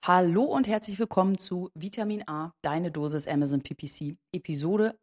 Hallo und herzlich willkommen zu Vitamin A, deine Dosis Amazon PPC, Episode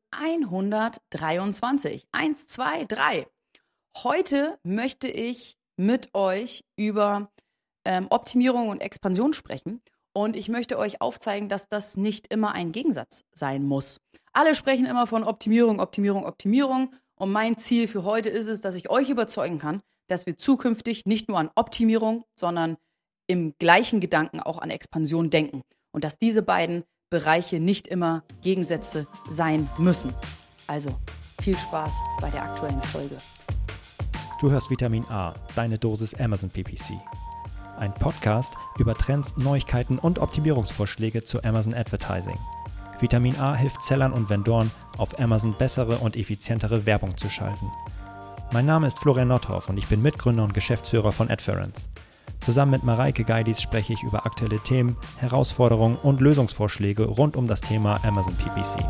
123. 1, 2, 3. Heute möchte ich mit euch über Optimierung und Expansion sprechen und ich möchte euch aufzeigen, dass das nicht immer ein Gegensatz sein muss. Alle sprechen immer von Optimierung, Optimierung, Optimierung und mein Ziel für heute ist es, dass ich euch überzeugen kann, dass wir zukünftig nicht nur an Optimierung, sondern im gleichen Gedanken auch an Expansion denken und dass diese beiden Bereiche nicht immer Gegensätze sein müssen. Also viel Spaß bei der aktuellen Folge. Du hörst Vitamin A, deine Dosis Amazon PPC. Ein Podcast über Trends, Neuigkeiten und Optimierungsvorschläge zu Amazon Advertising. Vitamin A hilft Sellern und Vendoren, auf Amazon bessere und effizientere Werbung zu schalten. Mein Name ist Florian Nothoff und ich bin Mitgründer und Geschäftsführer von Adference. Zusammen mit Mareike Geidis spreche ich über aktuelle Themen, Herausforderungen und Lösungsvorschläge rund um das Thema Amazon PPC.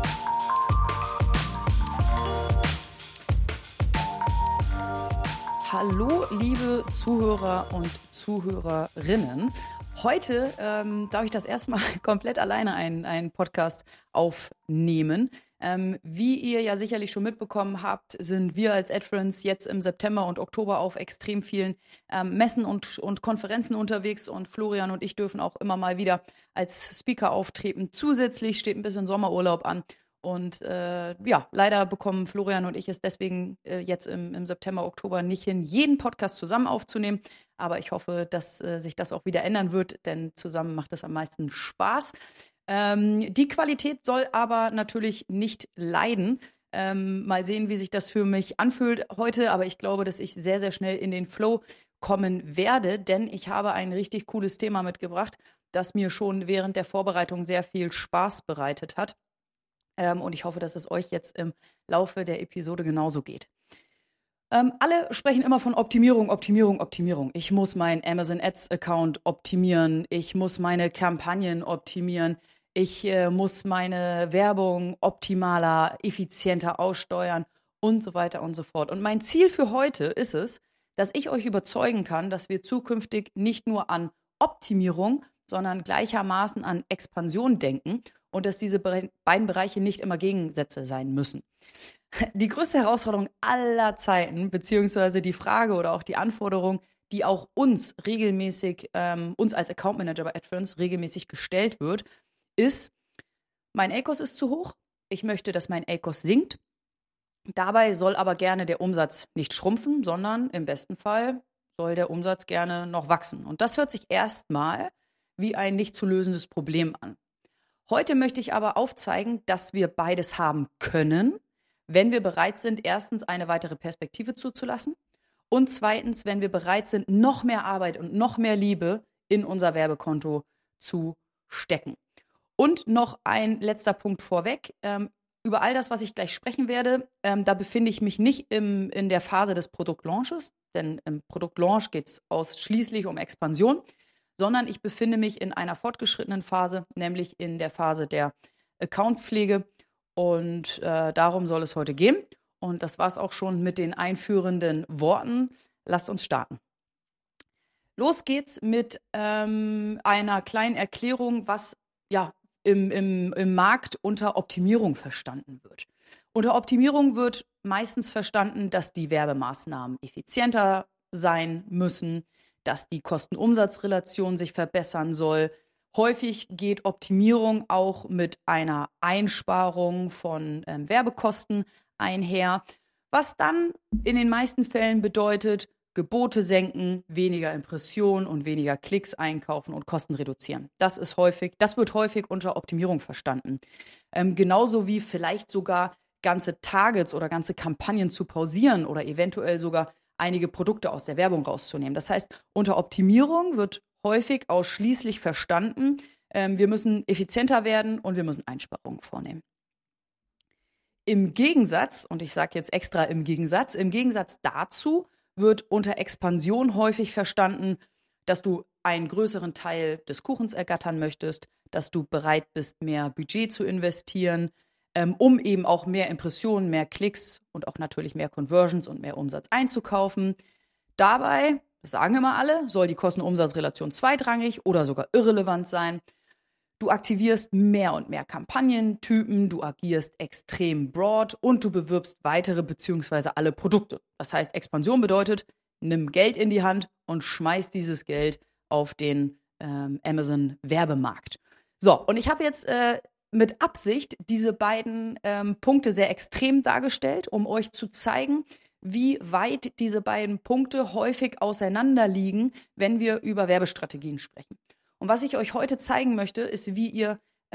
Hallo, liebe Zuhörer und Zuhörerinnen. Heute darf ich das erstmal komplett alleine einen Podcast aufnehmen. Wie ihr ja sicherlich schon mitbekommen habt, sind wir als Adference jetzt im September und Oktober auf extrem vielen Messen und Konferenzen unterwegs und Florian und ich dürfen auch immer mal wieder als Speaker auftreten. Zusätzlich steht ein bisschen Sommerurlaub an. Und leider bekommen Florian und ich es deswegen jetzt im September, Oktober nicht hin, jeden Podcast zusammen aufzunehmen. Aber ich hoffe, dass sich das auch wieder ändern wird, denn zusammen macht es am meisten Spaß. Die Qualität soll aber natürlich nicht leiden. Mal sehen, wie sich das für mich anfühlt heute. Aber ich glaube, dass ich sehr, sehr schnell in den Flow kommen werde, denn ich habe ein richtig cooles Thema mitgebracht, das mir schon während der Vorbereitung sehr viel Spaß bereitet hat. Und ich hoffe, dass es euch jetzt im Laufe der Episode genauso geht. Alle sprechen immer von Optimierung, Optimierung, Optimierung. Ich muss meinen Amazon Ads Account optimieren. Ich muss meine Kampagnen optimieren. Ich muss meine Werbung optimaler, effizienter aussteuern und so weiter und so fort. Und mein Ziel für heute ist es, dass ich euch überzeugen kann, dass wir zukünftig nicht nur an Optimierung, sondern gleichermaßen an Expansion denken und dass diese beiden Bereiche nicht immer Gegensätze sein müssen. Die größte Herausforderung aller Zeiten, beziehungsweise die Frage oder auch die Anforderung, die auch uns regelmäßig, uns als Account Manager bei Adference regelmäßig gestellt wird, ist, mein ACoS ist zu hoch, ich möchte, dass mein ACoS sinkt. Dabei soll aber gerne der Umsatz nicht schrumpfen, sondern im besten Fall soll der Umsatz gerne noch wachsen. Und das hört sich erstmal wie ein nicht zu lösendes Problem an. Heute möchte ich aber aufzeigen, dass wir beides haben können, wenn wir bereit sind, erstens eine weitere Perspektive zuzulassen und zweitens, wenn wir bereit sind, noch mehr Arbeit und noch mehr Liebe in unser Werbekonto zu stecken. Und noch ein letzter Punkt vorweg. Über all das, was ich gleich sprechen werde, da befinde ich mich nicht in der Phase des Produktlaunches, denn im Produktlaunch geht es ausschließlich um Expansion, sondern ich befinde mich in einer fortgeschrittenen Phase, nämlich in der Phase der Accountpflege. Und darum soll es heute gehen. Und das war es auch schon mit den einführenden Worten. Lasst uns starten. Los geht's mit einer kleinen Erklärung, was ja im Markt unter Optimierung verstanden wird. Unter Optimierung wird meistens verstanden, dass die Werbemaßnahmen effizienter sein müssen, dass die Kosten-Umsatz-Relation sich verbessern soll. Häufig geht Optimierung auch mit einer Einsparung von Werbekosten einher, was dann in den meisten Fällen bedeutet, Gebote senken, weniger Impressionen und weniger Klicks einkaufen und Kosten reduzieren. Das wird häufig unter Optimierung verstanden. Genauso wie vielleicht sogar ganze Targets oder ganze Kampagnen zu pausieren oder eventuell sogar einige Produkte aus der Werbung rauszunehmen. Das heißt, unter Optimierung wird häufig ausschließlich verstanden, wir müssen effizienter werden und wir müssen Einsparungen vornehmen. Im Gegensatz, und ich sage jetzt extra im Gegensatz dazu wird unter Expansion häufig verstanden, dass du einen größeren Teil des Kuchens ergattern möchtest, dass du bereit bist, mehr Budget zu investieren, um eben auch mehr Impressionen, mehr Klicks und auch natürlich mehr Conversions und mehr Umsatz einzukaufen. Dabei Das sagen immer alle, soll die Kosten-Umsatz-Relation zweitrangig oder sogar irrelevant sein. Du aktivierst mehr und mehr Kampagnentypen, du agierst extrem broad und du bewirbst weitere bzw. alle Produkte. Das heißt, Expansion bedeutet, nimm Geld in die Hand und schmeiß dieses Geld auf den Amazon-Werbemarkt. So, und ich habe jetzt mit Absicht diese beiden Punkte sehr extrem dargestellt, um euch zu zeigen, wie weit diese beiden Punkte häufig auseinander liegen, wenn wir über Werbestrategien sprechen. Und was ich euch heute zeigen möchte, ist, wie ihr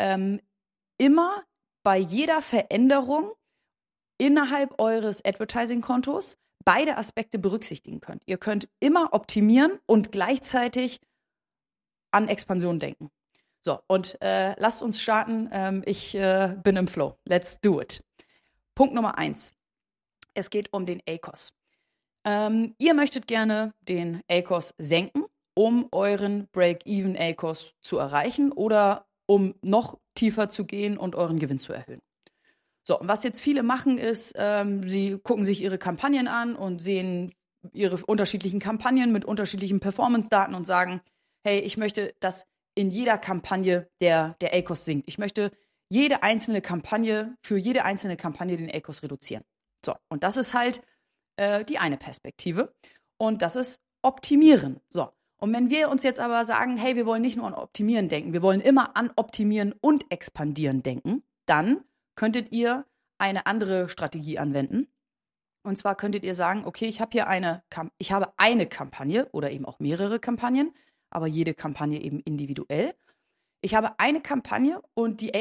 immer bei jeder Veränderung innerhalb eures Advertising-Kontos beide Aspekte berücksichtigen könnt. Ihr könnt immer optimieren und gleichzeitig an Expansion denken. So, und lasst uns starten. Ich bin im Flow. Let's do it. Punkt Nummer 1. Es geht um den ACoS. Ihr möchtet gerne den ACoS senken, um euren Break-Even ACoS zu erreichen oder um noch tiefer zu gehen und euren Gewinn zu erhöhen. So, und was jetzt viele machen, ist, sie gucken sich ihre Kampagnen an und sehen ihre unterschiedlichen Kampagnen mit unterschiedlichen Performance-Daten und sagen, hey, ich möchte, dass in jeder Kampagne der ACoS sinkt. Ich möchte für jede einzelne Kampagne den ACoS reduzieren. So, und das ist halt die eine Perspektive. Und das ist Optimieren. So, und wenn wir uns jetzt aber sagen, hey, wir wollen nicht nur an Optimieren denken, wir wollen immer an Optimieren und Expandieren denken, dann könntet ihr eine andere Strategie anwenden. Und zwar könntet ihr sagen, okay, ich habe eine Kampagne oder eben auch mehrere Kampagnen, aber jede Kampagne eben individuell. Ich habe eine Kampagne und die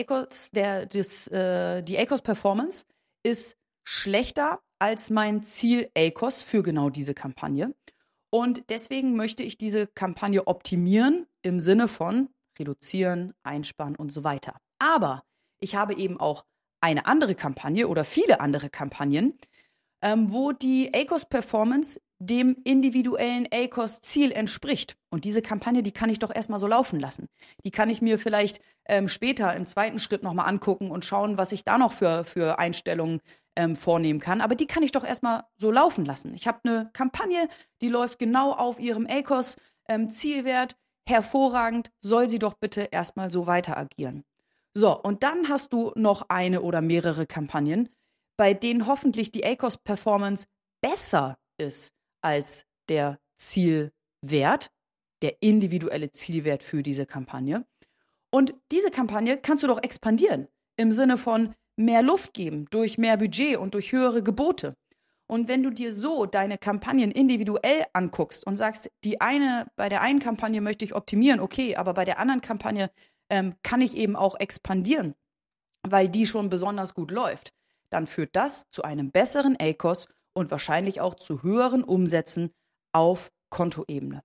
ACoS-Performance ist schlechter als mein Ziel ACoS für genau diese Kampagne. Und deswegen möchte ich diese Kampagne optimieren im Sinne von reduzieren, einsparen und so weiter. Aber ich habe eben auch eine andere Kampagne oder viele andere Kampagnen, wo die ACoS-Performance dem individuellen ACoS-Ziel entspricht. Und diese Kampagne, die kann ich doch erstmal so laufen lassen. Die kann ich mir vielleicht später im zweiten Schritt nochmal angucken und schauen, was ich da noch für Einstellungen vornehmen kann. Aber die kann ich doch erstmal so laufen lassen. Ich habe eine Kampagne, die läuft genau auf ihrem ACoS-Zielwert. Hervorragend, soll sie doch bitte erstmal so weiter agieren. So, und dann hast du noch eine oder mehrere Kampagnen, bei denen hoffentlich die ACoS-Performance besser ist als der Zielwert, der individuelle Zielwert für diese Kampagne. Und diese Kampagne kannst du doch expandieren im Sinne von mehr Luft geben durch mehr Budget und durch höhere Gebote. Und wenn du dir so deine Kampagnen individuell anguckst und sagst, bei der einen Kampagne möchte ich optimieren, okay, aber bei der anderen Kampagne kann ich eben auch expandieren, weil die schon besonders gut läuft, dann führt das zu einem besseren ACoS und wahrscheinlich auch zu höheren Umsätzen auf Kontoebene.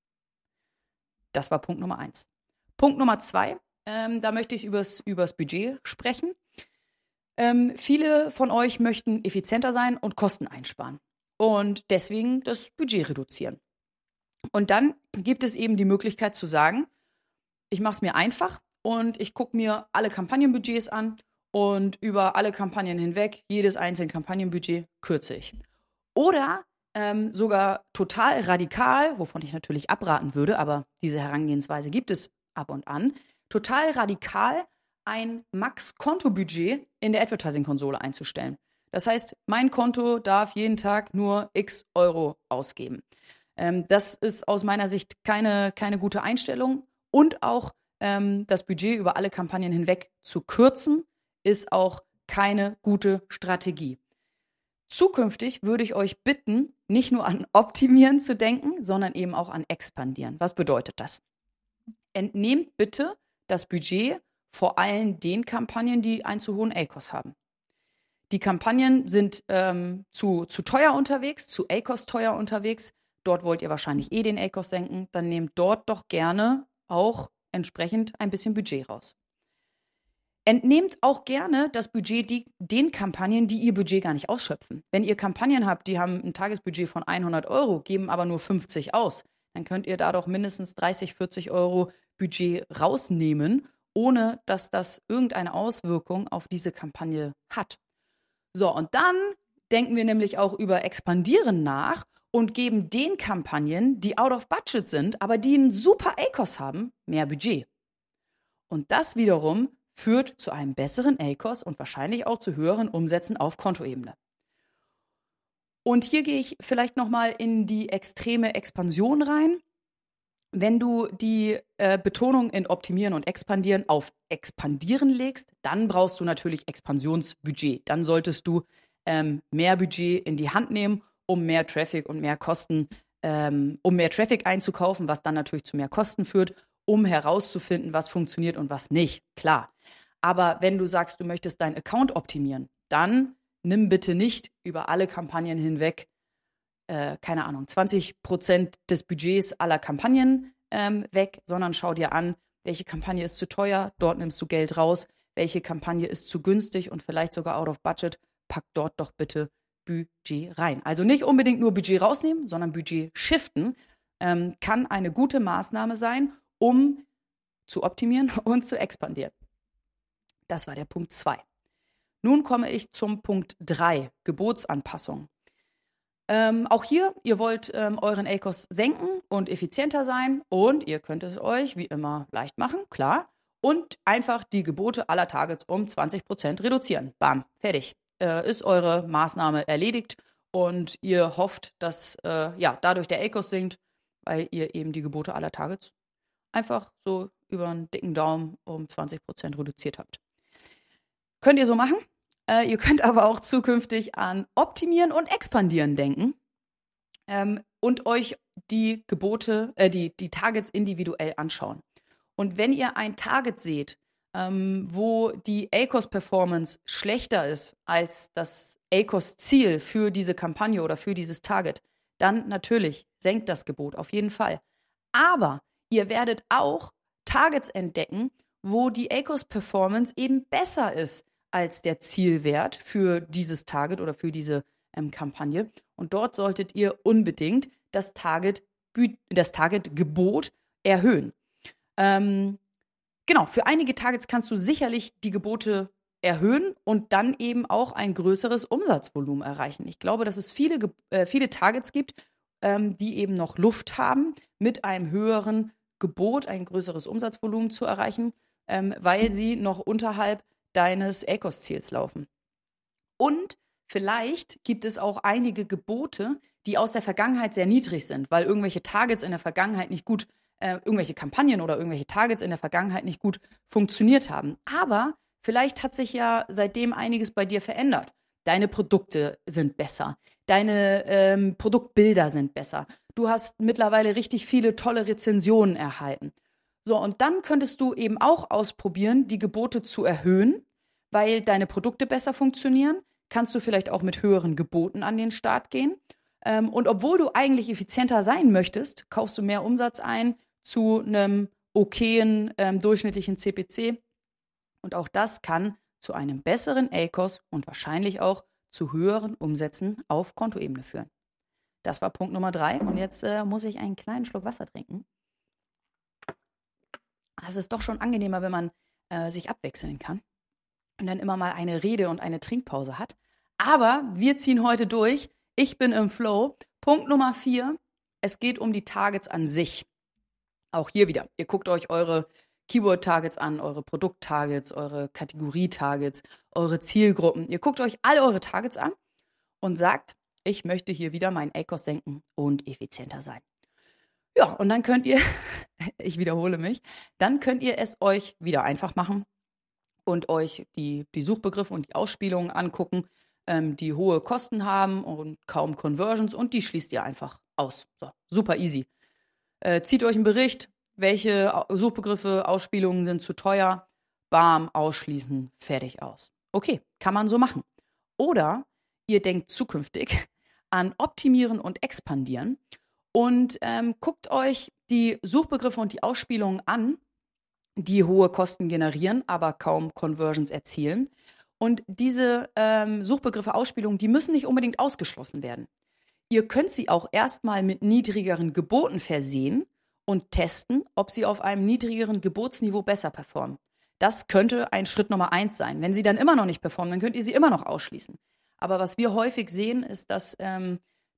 Das war Punkt Nummer 1. Punkt Nummer 2, da möchte ich übers Budget sprechen. Viele von euch möchten effizienter sein und Kosten einsparen und deswegen das Budget reduzieren. Und dann gibt es eben die Möglichkeit zu sagen, ich mache es mir einfach und ich gucke mir alle Kampagnenbudgets an und über alle Kampagnen hinweg, jedes einzelne Kampagnenbudget kürze ich. Oder sogar total radikal, wovon ich natürlich abraten würde, aber diese Herangehensweise gibt es ab und an, total radikal ein Max-Konto-Budget in der Advertising-Konsole einzustellen. Das heißt, mein Konto darf jeden Tag nur x Euro ausgeben. Das ist aus meiner Sicht keine gute Einstellung und auch das Budget über alle Kampagnen hinweg zu kürzen, ist auch keine gute Strategie. Zukünftig würde ich euch bitten, nicht nur an Optimieren zu denken, sondern eben auch an Expandieren. Was bedeutet das? Entnehmt bitte das Budget vor allem den Kampagnen, die einen zu hohen ACoS haben. Die Kampagnen sind zu teuer unterwegs, zu ACoS teuer unterwegs. Dort wollt ihr wahrscheinlich den ACoS senken. Dann nehmt dort doch gerne auch entsprechend ein bisschen Budget raus. Entnehmt auch gerne das Budget den Kampagnen, die ihr Budget gar nicht ausschöpfen. Wenn ihr Kampagnen habt, die haben ein Tagesbudget von 100 Euro, geben aber nur 50 aus, dann könnt ihr da doch mindestens 30, 40 Euro Budget rausnehmen, ohne dass das irgendeine Auswirkung auf diese Kampagne hat. So, und dann denken wir nämlich auch über Expandieren nach und geben den Kampagnen, die out of budget sind, aber die einen super ACoS haben, mehr Budget. Und das wiederum führt zu einem besseren ACoS und wahrscheinlich auch zu höheren Umsätzen auf Kontoebene. Und hier gehe ich vielleicht nochmal in die extreme Expansion rein. Wenn du die Betonung in Optimieren und Expandieren auf Expandieren legst, dann brauchst du natürlich Expansionsbudget. Dann solltest du mehr Budget in die Hand nehmen, um mehr Traffic und mehr Kosten, um mehr Traffic einzukaufen, was dann natürlich zu mehr Kosten führt, um herauszufinden, was funktioniert und was nicht. Klar. Aber wenn du sagst, du möchtest deinen Account optimieren, dann nimm bitte nicht über alle Kampagnen hinweg, keine Ahnung, 20% des Budgets aller Kampagnen weg, sondern schau dir an, welche Kampagne ist zu teuer, dort nimmst du Geld raus, welche Kampagne ist zu günstig und vielleicht sogar out of budget, pack dort doch bitte Budget rein. Also nicht unbedingt nur Budget rausnehmen, sondern Budget shiften kann eine gute Maßnahme sein, um zu optimieren und zu expandieren. Das war der Punkt 2. Nun komme ich zum Punkt 3, Gebotsanpassung. Auch hier, ihr wollt euren ACoS senken und effizienter sein und ihr könnt es euch wie immer leicht machen, klar, und einfach die Gebote aller Targets um 20% reduzieren. Bam, fertig. Ist eure Maßnahme erledigt und ihr hofft, dass dadurch der ACoS sinkt, weil ihr eben die Gebote aller Targets einfach so über einen dicken Daumen um 20% reduziert habt. Könnt ihr so machen? Ihr könnt aber auch zukünftig an Optimieren und Expandieren denken und euch die Gebote, die Targets individuell anschauen. Und wenn ihr ein Target seht, wo die ACoS-Performance schlechter ist als das ACoS-Ziel für diese Kampagne oder für dieses Target, dann natürlich senkt das Gebot auf jeden Fall. Aber ihr werdet auch Targets entdecken, wo die ACoS-Performance eben besser ist als der Zielwert für dieses Target oder für diese Kampagne. Und dort solltet ihr unbedingt das Target-Gebot erhöhen. Genau, für einige Targets kannst du sicherlich die Gebote erhöhen und dann eben auch ein größeres Umsatzvolumen erreichen. Ich glaube, dass es viele Targets gibt, die eben noch Luft haben, mit einem höheren Gebot ein größeres Umsatzvolumen zu erreichen, weil sie noch unterhalb deines ACoS-Ziels laufen. Und vielleicht gibt es auch einige Gebote, die aus der Vergangenheit sehr niedrig sind, weil irgendwelche Targets in der Vergangenheit nicht gut, irgendwelche Kampagnen oder irgendwelche Targets in der Vergangenheit nicht gut funktioniert haben. Aber vielleicht hat sich ja seitdem einiges bei dir verändert. Deine Produkte sind besser. Deine Produktbilder sind besser. Du hast mittlerweile richtig viele tolle Rezensionen erhalten. So, und dann könntest du eben auch ausprobieren, die Gebote zu erhöhen, weil deine Produkte besser funktionieren. Kannst du vielleicht auch mit höheren Geboten an den Start gehen. Und obwohl du eigentlich effizienter sein möchtest, kaufst du mehr Umsatz ein zu einem okayen durchschnittlichen CPC. Und auch das kann zu einem besseren ACoS und wahrscheinlich auch zu höheren Umsätzen auf Kontoebene führen. Das war Punkt Nummer 3. Und jetzt muss ich einen kleinen Schluck Wasser trinken. Das ist doch schon angenehmer, wenn man sich abwechseln kann und dann immer mal eine Rede und eine Trinkpause hat. Aber wir ziehen heute durch. Ich bin im Flow. Punkt Nummer 4. Es geht um die Targets an sich. Auch hier wieder. Ihr guckt euch eure Keyword-Targets an, eure Produkt-Targets, eure Kategorie-Targets, eure Zielgruppen. Ihr guckt euch all eure Targets an und sagt, ich möchte hier wieder meinen ACoS senken und effizienter sein. Ja, und dann könnt ihr, ich wiederhole mich, dann könnt ihr es euch wieder einfach machen und euch die Suchbegriffe und die Ausspielungen angucken, die hohe Kosten haben und kaum Conversions und die schließt ihr einfach aus. So, super easy. Zieht euch einen Bericht, welche Suchbegriffe, Ausspielungen sind zu teuer, bam, ausschließen, fertig aus. Okay, kann man so machen. Oder ihr denkt zukünftig an Optimieren und Expandieren und guckt euch die Suchbegriffe und die Ausspielungen an, die hohe Kosten generieren, aber kaum Conversions erzielen. Und diese Suchbegriffe, Ausspielungen, die müssen nicht unbedingt ausgeschlossen werden. Ihr könnt sie auch erstmal mit niedrigeren Geboten versehen und testen, ob sie auf einem niedrigeren Gebotsniveau besser performen. Das könnte ein Schritt Nummer 1 sein. Wenn sie dann immer noch nicht performen, dann könnt ihr sie immer noch ausschließen. Aber was wir häufig sehen, ist, dass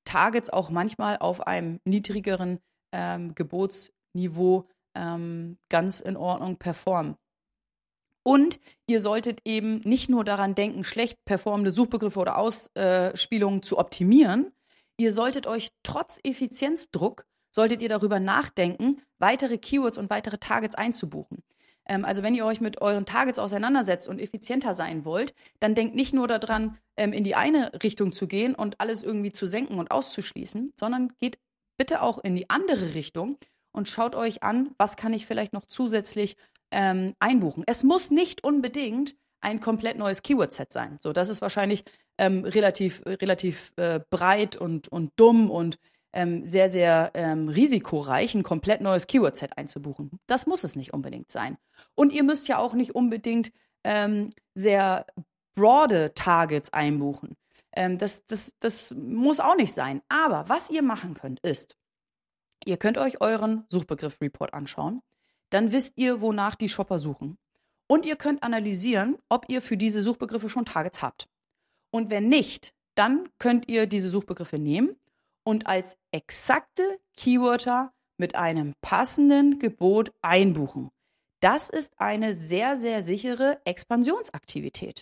Targets auch manchmal auf einem niedrigeren Gebotsniveau ganz in Ordnung performen. Und ihr solltet eben nicht nur daran denken, schlecht performende Suchbegriffe oder Ausspielungen zu optimieren. Ihr solltet euch trotz Effizienzdruck, solltet ihr darüber nachdenken, weitere Keywords und weitere Targets einzubuchen. Also wenn ihr euch mit euren Targets auseinandersetzt und effizienter sein wollt, dann denkt nicht nur daran, in die eine Richtung zu gehen und alles irgendwie zu senken und auszuschließen, sondern geht bitte auch in die andere Richtung und schaut euch an, was kann ich vielleicht noch zusätzlich einbuchen. Es muss nicht unbedingt ein komplett neues Keyword-Set sein. So, das ist wahrscheinlich relativ breit und dumm und sehr, sehr risikoreich, ein komplett neues Keyword-Set einzubuchen. Das muss es nicht unbedingt sein. Und ihr müsst ja auch nicht unbedingt sehr broade Targets einbuchen. Das muss auch nicht sein. Aber was ihr machen könnt, ist, ihr könnt euch euren Suchbegriff-Report anschauen. Dann wisst ihr, wonach die Shopper suchen. Und ihr könnt analysieren, ob ihr für diese Suchbegriffe schon Targets habt. Und wenn nicht, dann könnt ihr diese Suchbegriffe nehmen und als exakte Keywörter mit einem passenden Gebot einbuchen. Das ist eine sehr, sehr sichere Expansionsaktivität.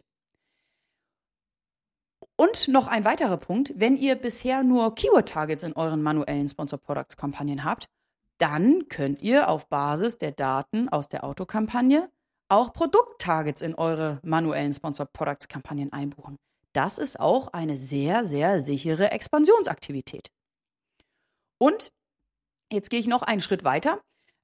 Und noch ein weiterer Punkt, wenn ihr bisher nur Keyword-Targets in euren manuellen Sponsored Products-Kampagnen habt, dann könnt ihr auf Basis der Daten aus der Autokampagne auch Produkt-Targets in eure manuellen Sponsored Products-Kampagnen einbuchen. Das ist auch eine sehr, sehr sichere Expansionsaktivität. Und jetzt gehe ich noch einen Schritt weiter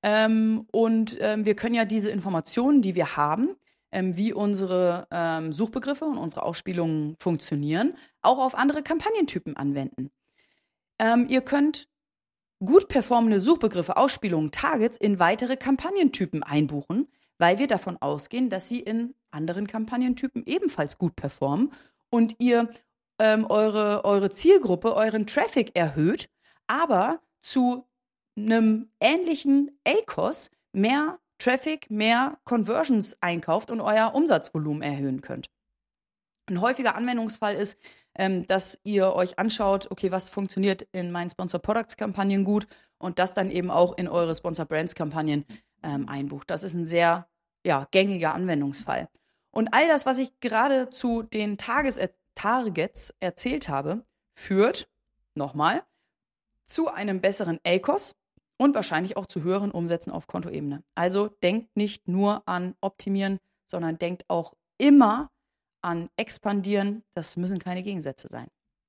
wir können ja diese Informationen, die wir haben, wie unsere Suchbegriffe und unsere Ausspielungen funktionieren, auch auf andere Kampagnentypen anwenden. Ihr könnt gut performende Suchbegriffe, Ausspielungen, Targets in weitere Kampagnentypen einbuchen, weil wir davon ausgehen, dass sie in anderen Kampagnentypen ebenfalls gut performen und ihr eure Zielgruppe, euren Traffic erhöht, aber zu einem ähnlichen ACOS mehr Traffic, mehr Conversions einkauft und euer Umsatzvolumen erhöhen könnt. Ein häufiger Anwendungsfall ist, dass ihr euch anschaut, okay, was funktioniert in meinen Sponsored Products Kampagnen gut und das dann eben auch in eure Sponsored Brands Kampagnen einbucht. Das ist ein sehr gängiger Anwendungsfall. Und all das, was ich gerade zu den Targets erzählt habe, führt, nochmal, zu einem besseren ACOS und wahrscheinlich auch zu höheren Umsätzen auf Kontoebene. Also denkt nicht nur an Optimieren, sondern denkt auch immer an Expandieren. Das müssen keine Gegensätze sein.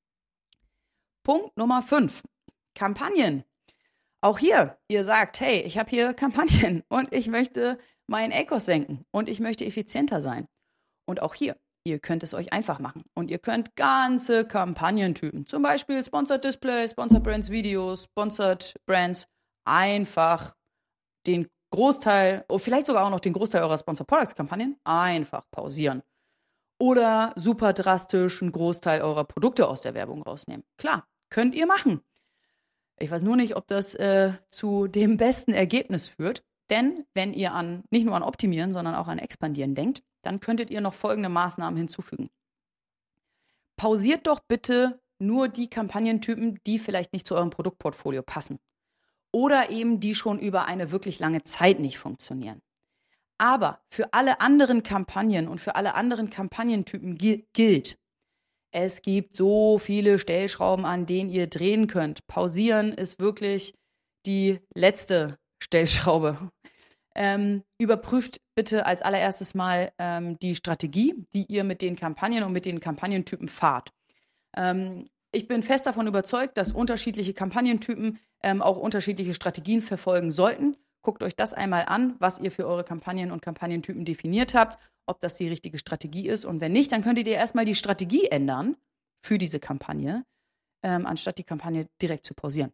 Punkt Nummer 5. Kampagnen. Auch hier, ihr sagt, hey, ich habe hier Kampagnen und ich möchte meinen ACOS senken und ich möchte effizienter sein. Und auch hier, ihr könnt es euch einfach machen. Und ihr könnt ganze Kampagnentypen, zum Beispiel Sponsored Display, Sponsored Brands Videos, Sponsored Brands, einfach den Großteil, oder vielleicht sogar auch noch den Großteil eurer Sponsored Products Kampagnen, einfach pausieren. Oder super drastisch einen Großteil eurer Produkte aus der Werbung rausnehmen. Klar, könnt ihr machen. Ich weiß nur nicht, ob das zu dem besten Ergebnis führt. Denn wenn ihr nicht nur an Optimieren, sondern auch an Expandieren denkt, dann könntet ihr noch folgende Maßnahmen hinzufügen. Pausiert doch bitte nur die Kampagnentypen, die vielleicht nicht zu eurem Produktportfolio passen. Oder eben die schon über eine wirklich lange Zeit nicht funktionieren. Aber für alle anderen Kampagnen und für alle anderen Kampagnentypen gilt, es gibt so viele Stellschrauben, an denen ihr drehen könnt. Pausieren ist wirklich die letzte Stellschraube. Überprüft bitte als allererstes mal die Strategie, die ihr mit den Kampagnen und mit den Kampagnentypen fahrt. Ich bin fest davon überzeugt, dass unterschiedliche Kampagnentypen auch unterschiedliche Strategien verfolgen sollten. Guckt euch das einmal an, was ihr für eure Kampagnen und Kampagnentypen definiert habt, ob das die richtige Strategie ist. Und wenn nicht, dann könntet ihr erstmal die Strategie ändern für diese Kampagne, anstatt die Kampagne direkt zu pausieren.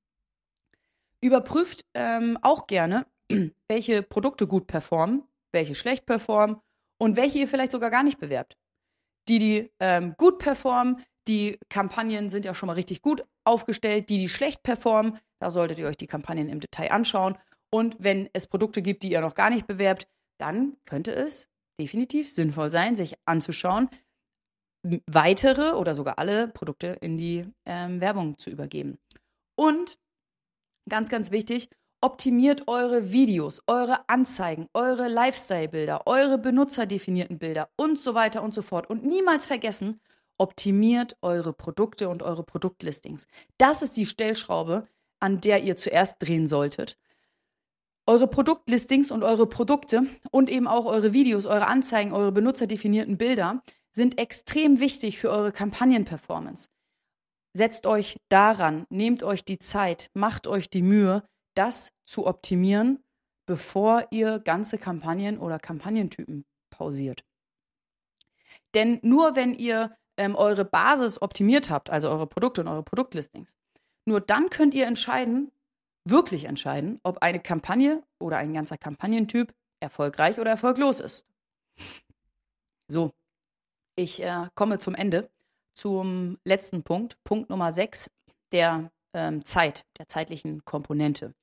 Überprüft auch gerne, welche Produkte gut performen, welche schlecht performen und welche ihr vielleicht sogar gar nicht bewerbt. Die gut performen, die Kampagnen sind ja schon mal richtig gut aufgestellt. Die schlecht performen, da solltet ihr euch die Kampagnen im Detail anschauen. Und wenn es Produkte gibt, die ihr noch gar nicht bewerbt, dann könnte es definitiv sinnvoll sein, sich anzuschauen, weitere oder sogar alle Produkte in die Werbung zu übergeben. Und ganz, ganz wichtig, optimiert eure Videos, eure Anzeigen, eure Lifestyle-Bilder, eure benutzerdefinierten Bilder und so weiter und so fort. Und niemals vergessen, optimiert eure Produkte und eure Produktlistings. Das ist die Stellschraube, an der ihr zuerst drehen solltet. Eure Produktlistings und eure Produkte und eben auch eure Videos, eure Anzeigen, eure benutzerdefinierten Bilder sind extrem wichtig für eure Kampagnenperformance. Setzt euch daran, nehmt euch die Zeit, macht euch die Mühe, das zu optimieren, bevor ihr ganze Kampagnen oder Kampagnentypen pausiert. Denn nur wenn ihr eure Basis optimiert habt, also eure Produkte und eure Produktlistings, nur dann könnt ihr wirklich entscheiden, ob eine Kampagne oder ein ganzer Kampagnentyp erfolgreich oder erfolglos ist. So, ich komme zum Ende, zum letzten Punkt, Punkt Nummer 6, der zeitlichen Komponente.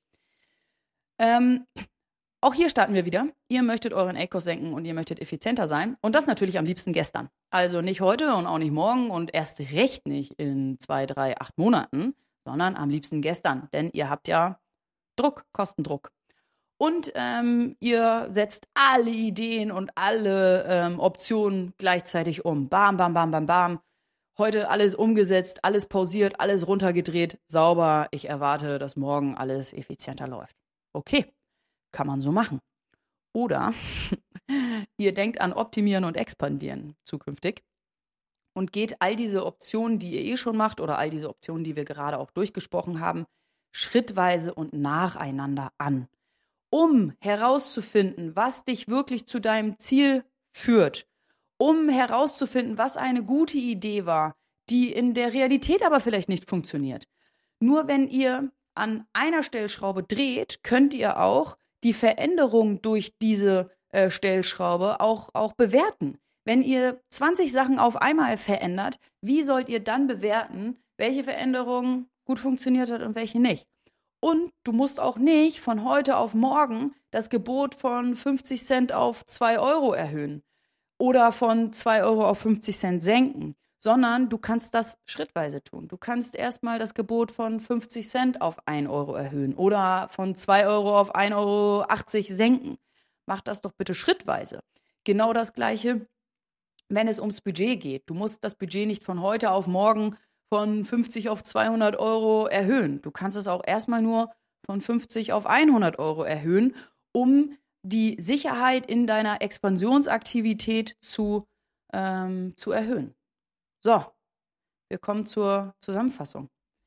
Auch hier starten wir wieder. Ihr möchtet euren ACoS senken und ihr möchtet effizienter sein. Und das natürlich am liebsten gestern. Also nicht heute und auch nicht morgen und erst recht nicht in 2, 3, 8 Monaten, sondern am liebsten gestern. Denn ihr habt ja Druck, Kostendruck. Und ihr setzt alle Ideen und alle Optionen gleichzeitig um. Bam, bam, bam, bam, bam. Heute alles umgesetzt, alles pausiert, alles runtergedreht, sauber. Ich erwarte, dass morgen alles effizienter läuft. Okay, kann man so machen. Oder ihr denkt an Optimieren und Expandieren zukünftig und geht all diese Optionen, die ihr schon macht oder all diese Optionen, die wir gerade auch durchgesprochen haben, schrittweise und nacheinander an, um herauszufinden, was dich wirklich zu deinem Ziel führt, um herauszufinden, was eine gute Idee war, die in der Realität aber vielleicht nicht funktioniert. Nur wenn ihr an einer Stellschraube dreht, könnt ihr auch die Veränderung durch diese Stellschraube auch bewerten. Wenn ihr 20 Sachen auf einmal verändert, wie sollt ihr dann bewerten, welche Veränderung gut funktioniert hat und welche nicht? Und du musst auch nicht von heute auf morgen das Gebot von 50 Cent auf 2 Euro erhöhen oder von 2 Euro auf 50 Cent senken, sondern du kannst das schrittweise tun. Du kannst erstmal das Gebot von 50 Cent auf 1 Euro erhöhen oder von 2 Euro auf 1,80 Euro senken. Mach das doch bitte schrittweise. Genau das Gleiche, wenn es ums Budget geht. Du musst das Budget nicht von heute auf morgen von 50 auf 200 Euro erhöhen. Du kannst es auch erstmal nur von 50 auf 100 Euro erhöhen, um die Sicherheit in deiner Expansionsaktivität zu erhöhen. So, wir kommen zur Zusammenfassung.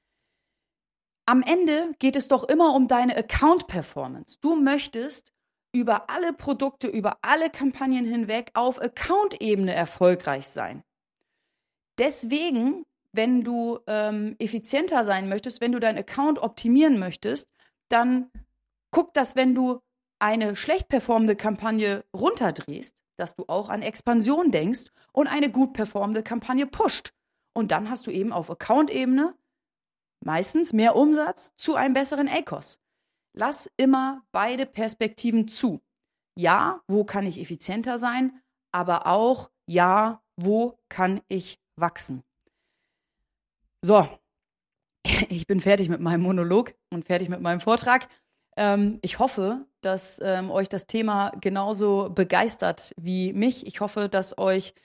Am Ende geht es doch immer um deine Account-Performance. Du möchtest über alle Produkte, über alle Kampagnen hinweg auf Account-Ebene erfolgreich sein. Deswegen, wenn du effizienter sein möchtest, wenn du deinen Account optimieren möchtest, dann guck, dass wenn du eine schlecht performende Kampagne runterdrehst, dass du auch an Expansion denkst und eine gut performende Kampagne pusht. Und dann hast du eben auf Account-Ebene meistens mehr Umsatz zu einem besseren ACoS. Lass immer beide Perspektiven zu. Ja, wo kann ich effizienter sein, aber auch ja, wo kann ich wachsen? So, ich bin fertig mit meinem Monolog und fertig mit meinem Vortrag. Ich hoffe, dass euch das Thema genauso begeistert wie mich. Ich hoffe, dass euch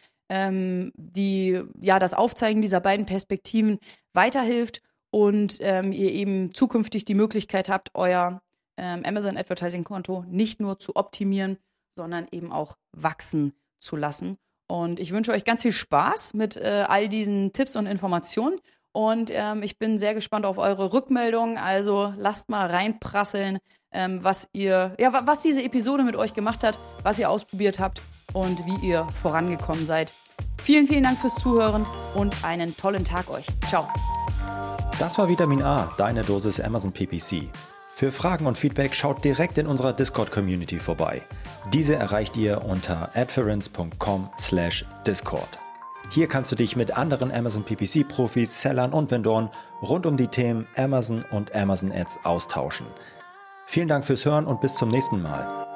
das Aufzeigen dieser beiden Perspektiven weiterhilft und ihr eben zukünftig die Möglichkeit habt, euer Amazon Advertising Konto nicht nur zu optimieren, sondern eben auch wachsen zu lassen. Und ich wünsche euch ganz viel Spaß mit all diesen Tipps und Informationen. Und ich bin sehr gespannt auf eure Rückmeldungen. Also lasst mal reinprasseln, was diese Episode mit euch gemacht hat, was ihr ausprobiert habt und wie ihr vorangekommen seid. Vielen, vielen Dank fürs Zuhören und einen tollen Tag euch. Ciao. Das war Vitamin A, deine Dosis Amazon PPC. Für Fragen und Feedback schaut direkt in unserer Discord-Community vorbei. Diese erreicht ihr unter adference.com/discord. Hier kannst du dich mit anderen Amazon PPC-Profis, Sellern und Vendoren rund um die Themen Amazon und Amazon Ads austauschen. Vielen Dank fürs Hören und bis zum nächsten Mal.